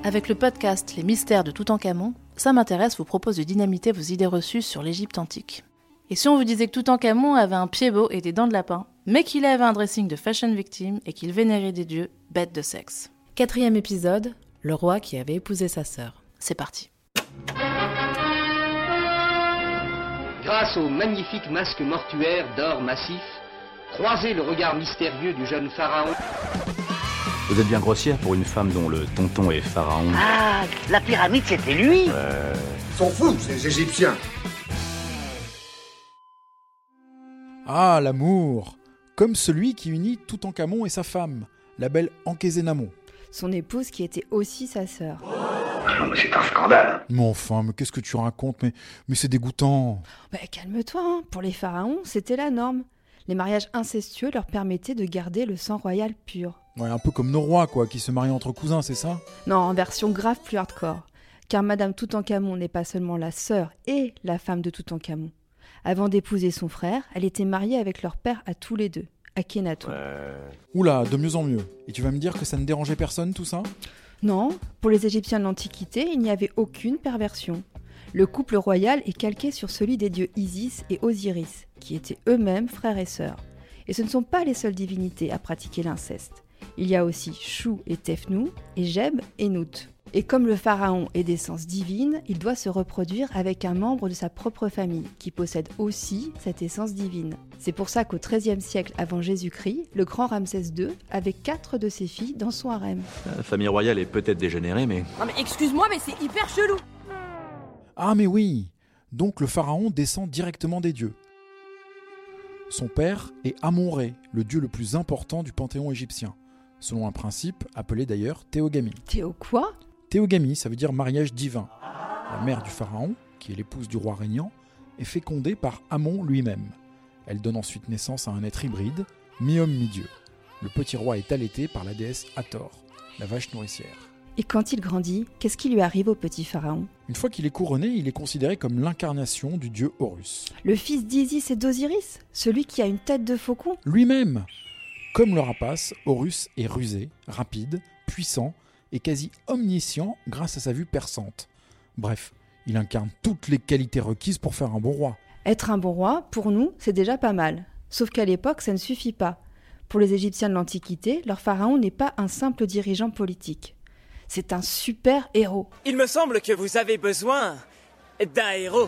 Avec le podcast Les mystères de Toutankhamon, Ça m'intéresse vous propose de dynamiter vos idées reçues sur l'Égypte antique. Et si on vous disait que Toutankhamon avait un pied beau et des dents de lapin, mais qu'il avait un dressing de fashion victime et qu'il vénérait des dieux bêtes de sexe? 4e épisode, le roi qui avait épousé sa sœur. C'est parti. Grâce au magnifique masque mortuaire d'or massif, croisez le regard mystérieux du jeune pharaon. Vous êtes bien grossière pour une femme dont le tonton est pharaon. Ah, la pyramide, c'était lui. Ils sont fous, ces Égyptiens. Ah, l'amour! Comme celui qui unit Toutankhamon et sa femme, la belle Ankhésénamon. Son épouse qui était aussi sa sœur. Non, mais c'est un scandale. Mais enfin, mais qu'est-ce que tu racontes? Mais c'est dégoûtant. Calme-toi, hein. Pour les pharaons, c'était la norme. Les mariages incestueux leur permettaient de garder le sang royal pur. Ouais, un peu comme nos rois, quoi, qui se marient entre cousins, c'est ça? Non, en version grave plus hardcore. Car Madame Toutankhamon n'est pas seulement la sœur et la femme de Toutankhamon. Avant d'épouser son frère, elle était mariée avec leur père à tous les deux, Akhenaton. Oula, de mieux en mieux. Et tu vas me dire que ça ne dérangeait personne, tout ça? Non, pour les Égyptiens de l'Antiquité, il n'y avait aucune perversion. Le couple royal est calqué sur celui des dieux Isis et Osiris, qui étaient eux-mêmes frères et sœurs. Et ce ne sont pas les seules divinités à pratiquer l'inceste. Il y a aussi Chou et Tefnou, et Geb et Nout. Et comme le pharaon est d'essence divine, il doit se reproduire avec un membre de sa propre famille, qui possède aussi cette essence divine. C'est pour ça qu'au XIIIe siècle avant Jésus-Christ, le grand Ramsès II avait 4 de ses filles dans son harem. La famille royale est peut-être dégénérée, mais... Non mais excuse-moi, mais c'est hyper chelou. Ah mais oui! Donc le pharaon descend directement des dieux. Son père est Amon-Ré, le dieu le plus important du panthéon égyptien, selon un principe appelé d'ailleurs théogamie. Théo quoi? Théogamie, ça veut dire mariage divin. La mère du pharaon, qui est l'épouse du roi régnant, est fécondée par Amon lui-même. Elle donne ensuite naissance à un être hybride, mi-homme mi-dieu. Le petit roi est allaité par la déesse Hathor, la vache nourricière. Et quand il grandit, qu'est-ce qui lui arrive au petit pharaon? Une fois qu'il est couronné, il est considéré comme l'incarnation du dieu Horus. Le fils d'Isis et d'Osiris? Celui qui a une tête de faucon? Lui-même! Comme le rapace, Horus est rusé, rapide, puissant et quasi omniscient grâce à sa vue perçante. Bref, il incarne toutes les qualités requises pour faire un bon roi. Être un bon roi, pour nous, c'est déjà pas mal. Sauf qu'à l'époque, ça ne suffit pas. Pour les Égyptiens de l'Antiquité, leur pharaon n'est pas un simple dirigeant politique. C'est un super héros. Il me semble que vous avez besoin d'un héros.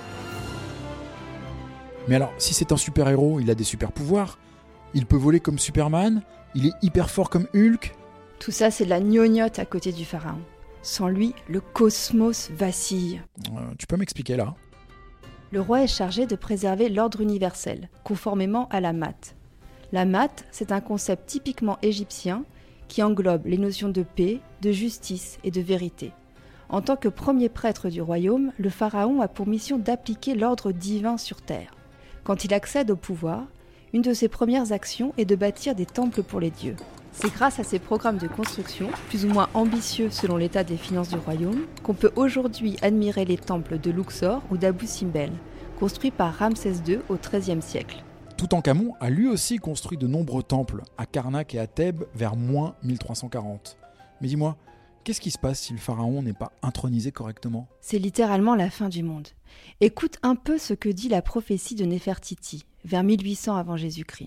Mais alors, si c'est un super-héros, il a des super-pouvoirs. Il peut voler comme Superman, il est hyper fort comme Hulk. Tout ça, c'est de la gnognotte à côté du pharaon. Sans lui, le cosmos vacille. Tu peux m'expliquer là? Le roi est chargé de préserver l'ordre universel, conformément à la Mat. La Mat, c'est un concept typiquement égyptien qui englobe les notions de paix, de justice et de vérité. En tant que premier prêtre du royaume, le pharaon a pour mission d'appliquer l'ordre divin sur terre. Quand il accède au pouvoir, une de ses premières actions est de bâtir des temples pour les dieux. C'est grâce à ces programmes de construction, plus ou moins ambitieux selon l'état des finances du royaume, qu'on peut aujourd'hui admirer les temples de Luxor ou d'Abou Simbel, construits par Ramsès II au XIIIe siècle. Toutankhamon a lui aussi construit de nombreux temples à Karnak et à Thèbes vers moins 1340. Mais dis-moi, qu'est-ce qui se passe si le pharaon n'est pas intronisé correctement? C'est littéralement la fin du monde. Écoute un peu ce que dit la prophétie de Néfertiti, vers 1800 avant Jésus-Christ.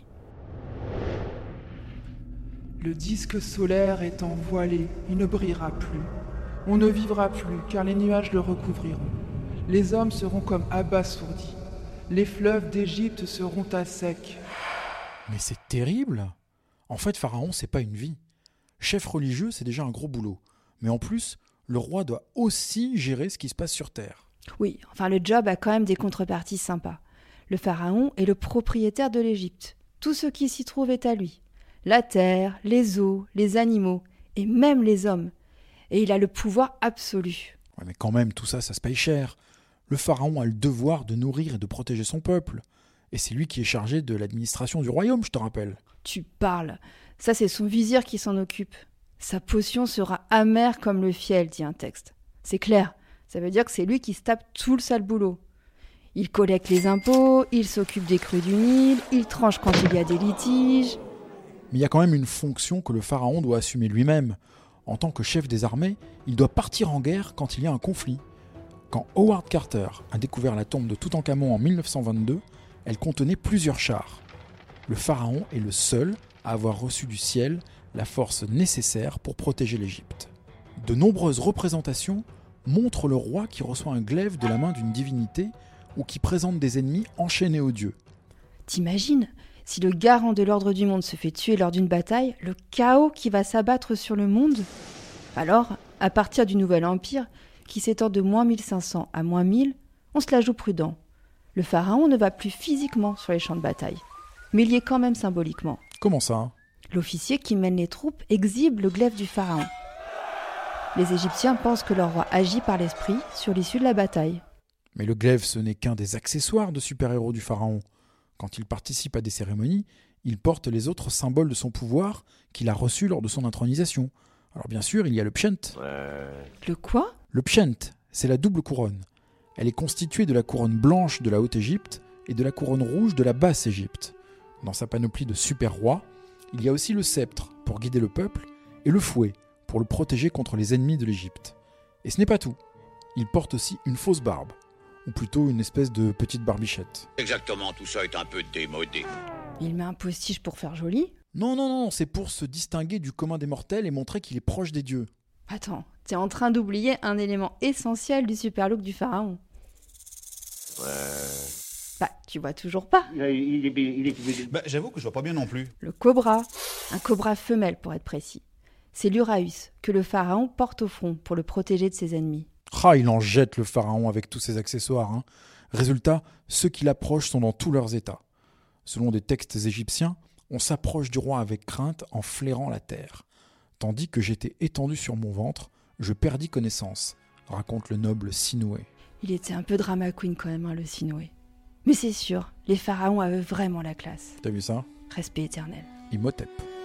Le disque solaire étant voilé, il ne brillera plus. On ne vivra plus, car les nuages le recouvriront. Les hommes seront comme abasourdis. Les fleuves d'Égypte seront à sec. Mais c'est terrible! En fait, pharaon, c'est pas une vie. Chef religieux, c'est déjà un gros boulot. Mais en plus, le roi doit aussi gérer ce qui se passe sur Terre. Oui, enfin le job a quand même des contreparties sympas. Le pharaon est le propriétaire de l'Égypte. Tout ce qui s'y trouve est à lui. La terre, les eaux, les animaux, et même les hommes. Et il a le pouvoir absolu. Ouais, mais quand même, tout ça, ça se paye cher. Le pharaon a le devoir de nourrir et de protéger son peuple. Et c'est lui qui est chargé de l'administration du royaume, je te rappelle. Tu parles. Ça, c'est son vizir qui s'en occupe. Sa potion sera amère comme le fiel, dit un texte. C'est clair. Ça veut dire que c'est lui qui se tape tout le sale boulot. Il collecte les impôts, il s'occupe des crues du Nil, il tranche quand il y a des litiges. Mais il y a quand même une fonction que le pharaon doit assumer lui-même. En tant que chef des armées, il doit partir en guerre quand il y a un conflit. Quand Howard Carter a découvert la tombe de Toutankhamon en 1922, elle contenait plusieurs chars. Le pharaon est le seul à avoir reçu du ciel la force nécessaire pour protéger l'Égypte. De nombreuses représentations montrent le roi qui reçoit un glaive de la main d'une divinité ou qui présente des ennemis enchaînés aux dieux. T'imagines, si le garant de l'ordre du monde se fait tuer lors d'une bataille, le chaos qui va s'abattre sur le monde? Alors, à partir du Nouvel Empire, qui s'étend de moins 1500 à moins 1000, on se la joue prudent. Le pharaon ne va plus physiquement sur les champs de bataille, mais il y est quand même symboliquement. Comment ça? L'officier qui mène les troupes exhibe le glaive du pharaon. Les Égyptiens pensent que leur roi agit par l'esprit sur l'issue de la bataille. Mais le glaive, ce n'est qu'un des accessoires de super-héros du pharaon. Quand il participe à des cérémonies, il porte les autres symboles de son pouvoir qu'il a reçus lors de son intronisation. Alors bien sûr, il y a le pshent. Le quoi? Le pshent, c'est la double couronne. Elle est constituée de la couronne blanche de la Haute-Égypte et de la couronne rouge de la Basse-Égypte. Dans sa panoplie de super-rois, il y a aussi le sceptre pour guider le peuple et le fouet pour le protéger contre les ennemis de l'Égypte. Et ce n'est pas tout. Il porte aussi une fausse barbe, ou plutôt une espèce de petite barbichette. Exactement, tout ça est un peu démodé. Il met un postiche pour faire joli? Non, c'est pour se distinguer du commun des mortels et montrer qu'il est proche des dieux. Attends, t'es en train d'oublier un élément essentiel du super look du pharaon. Bah, tu vois toujours pas. J'avoue que je vois pas bien non plus. Le cobra, un cobra femelle pour être précis. C'est l'Uraüs que le pharaon porte au front pour le protéger de ses ennemis. Il en jette le pharaon avec tous ses accessoires. Résultat, ceux qui l'approchent sont dans tous leurs états. Selon des textes égyptiens, on s'approche du roi avec crainte en flairant la terre. Tandis que j'étais étendu sur mon ventre, je perdis connaissance, raconte le noble Sinoué. Il était un peu drama queen quand même, le Sinoué. Mais c'est sûr, les pharaons avaient vraiment la classe. T'as vu ça? Respect éternel. Imhotep.